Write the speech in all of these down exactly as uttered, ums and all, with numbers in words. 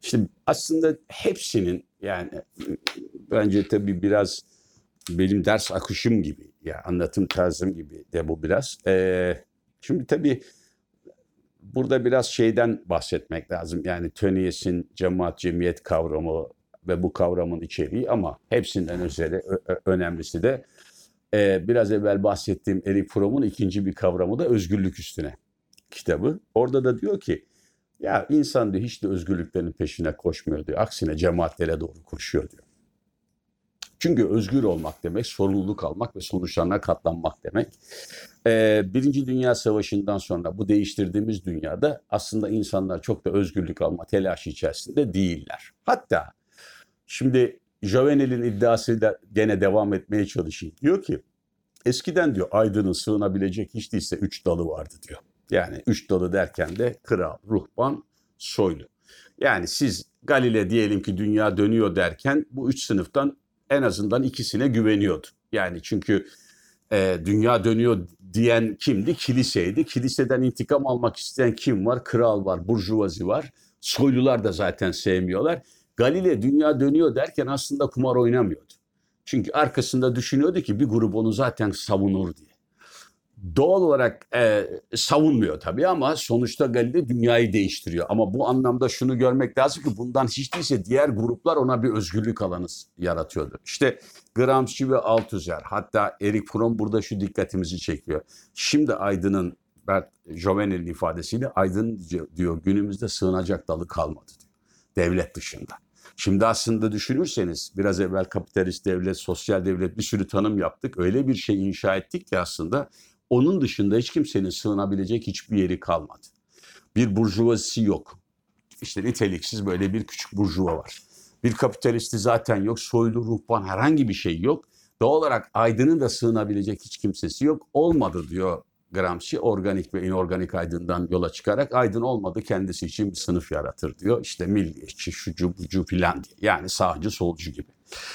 İşte aslında hepsinin yani bence tabii biraz benim ders akışım gibi ya anlatım tarzım gibi de bu biraz. Ee, şimdi tabii burada biraz şeyden bahsetmek lazım. Yani Tönnies'in cemaat cemiyet kavramı ve bu kavramın içeriği ama hepsinden özel, ö- ö- önemlisi de e, biraz evvel bahsettiğim Erich Fromm'un ikinci bir kavramı da özgürlük üstüne kitabı. Orada da diyor ki ya insan diyor hiç de özgürlüklerin peşine koşmuyor diyor. Aksine cemaatlere doğru koşuyor diyor. Çünkü özgür olmak demek, sorumluluk almak ve sonuçlarına katlanmak demek. Ee, Birinci Dünya Savaşı'ndan sonra bu değiştirdiğimiz dünyada aslında insanlar çok da özgürlük alma telaşı içerisinde değiller. Hatta şimdi Jovenel'in iddiasıyla gene devam etmeye çalışayım. Diyor ki eskiden diyor aydının sığınabilecek hiç değilse üç dalı vardı diyor. Yani üç dalı derken de kral, ruhban, soylu. Yani siz Galile diyelim ki dünya dönüyor derken bu üç sınıftan en azından ikisine güveniyordu. Yani çünkü e, dünya dönüyor diyen kimdi? Kiliseydi. Kiliseden intikam almak isteyen kim var? Kral var, burjuvazi var. Soylular da zaten sevmiyorlar. Galile dünya dönüyor derken aslında kumar oynamıyordu. Çünkü arkasında düşünüyordu ki bir grup onu zaten savunur diye. Doğal olarak e, savunmuyor tabii ama sonuçta Galile dünyayı değiştiriyor. Ama bu anlamda şunu görmek lazım ki bundan hiç değilse diğer gruplar ona bir özgürlük alanı yaratıyordu. İşte Gramsci ve Althusser, hatta Erich Fromm burada şu dikkatimizi çekiyor. Şimdi aydının, Jovenel'in ifadesiyle aydın diyor günümüzde sığınacak dalı kalmadı diyor. Devlet dışında. Şimdi aslında düşünürseniz biraz evvel kapitalist devlet, sosyal devlet bir sürü tanım yaptık. Öyle bir şey inşa ettik ki aslında onun dışında hiç kimsenin sığınabilecek hiçbir yeri kalmadı. Bir burjuvazisi yok. İşte niteliksiz böyle bir küçük burjuva var. Bir kapitalisti zaten yok. Soylu, ruhban herhangi bir şey yok. Doğal olarak aydının da sığınabilecek hiç kimsesi yok. Olmadı diyor Gramsci, organik ve inorganik aydından yola çıkarak aydın olmadı kendisi için bir sınıf yaratır diyor. İşte milliyetçi, şucu, bucu filan diye. Yani sağcı, solcu gibi.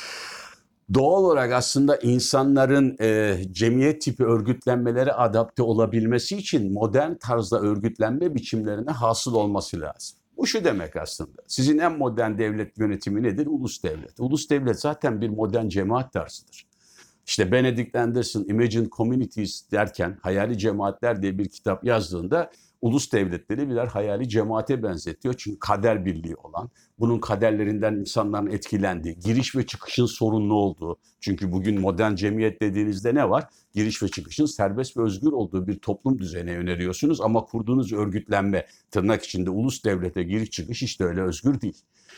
Doğal olarak aslında insanların e, cemiyet tipi örgütlenmelere adapte olabilmesi için modern tarzda örgütlenme biçimlerine hasıl olması lazım. Bu şu demek aslında. Sizin en modern devlet yönetimi nedir? Ulus devlet. Ulus devlet zaten bir modern cemaat tarzıdır. İşte Benedict Anderson Imagined Communities derken hayali cemaatler diye bir kitap yazdığında ulus devletleri birer hayali cemaate benzetiyor. Çünkü kader birliği olan, bunun kaderlerinden insanların etkilendiği, giriş ve çıkışın sorunlu olduğu. Çünkü bugün modern cemiyet dediğinizde ne var? Giriş ve çıkışın serbest ve özgür olduğu bir toplum düzeni öneriyorsunuz ama kurduğunuz örgütlenme, tırnak içinde ulus devlete giriş çıkış işte öyle özgür değil.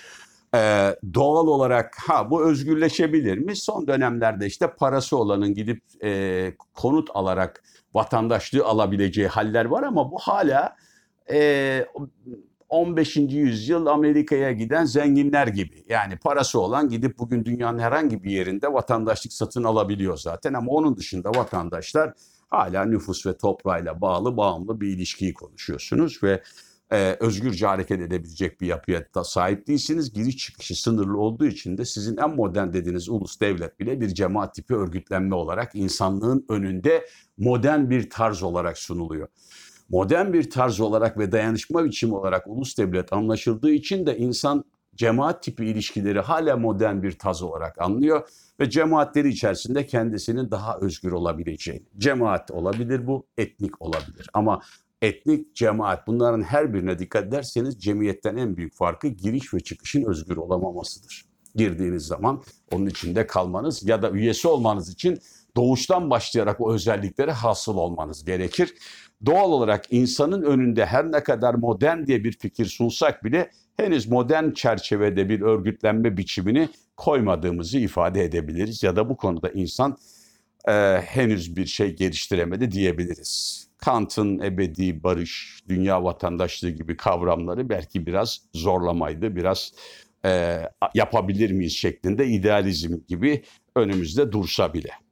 Ee, doğal olarak ha bu özgürleşebilir mi? Son dönemlerde işte parası olanın gidip e, konut alarak vatandaşlığı alabileceği haller var ama bu hala e, on beşinci yüzyıl Amerika'ya giden zenginler gibi. Yani parası olan gidip bugün dünyanın herhangi bir yerinde vatandaşlık satın alabiliyor zaten ama onun dışında vatandaşlar hala nüfus ve toprağıyla bağlı bağımlı bir ilişkiyi konuşuyorsunuz ve Ee, özgürce hareket edebilecek bir yapıya da sahip değilsiniz. Giriş çıkışı sınırlı olduğu için de sizin en modern dediğiniz ulus devlet bile bir cemaat tipi örgütlenme olarak insanlığın önünde modern bir tarz olarak sunuluyor. Modern bir tarz olarak ve dayanışma biçimi olarak ulus devlet anlaşıldığı için de insan cemaat tipi ilişkileri hala modern bir tarz olarak anlıyor ve cemaatleri içerisinde kendisinin daha özgür olabileceğini. Cemaat olabilir bu, etnik olabilir ama etnik, cemaat bunların her birine dikkat ederseniz cemiyetten en büyük farkı giriş ve çıkışın özgür olamamasıdır. Girdiğiniz zaman onun içinde kalmanız ya da üyesi olmanız için doğuştan başlayarak o özelliklere hasıl olmanız gerekir. Doğal olarak insanın önünde her ne kadar modern diye bir fikir sunsak bile henüz modern çerçevede bir örgütlenme biçimini koymadığımızı ifade edebiliriz. Ya da bu konuda insan e, henüz bir şey geliştiremedi diyebiliriz. Kant'ın ebedi barış, dünya vatandaşlığı gibi kavramları belki biraz zorlamaydı, biraz e, yapabilir miyiz şeklinde idealizm gibi önümüzde dursa bile.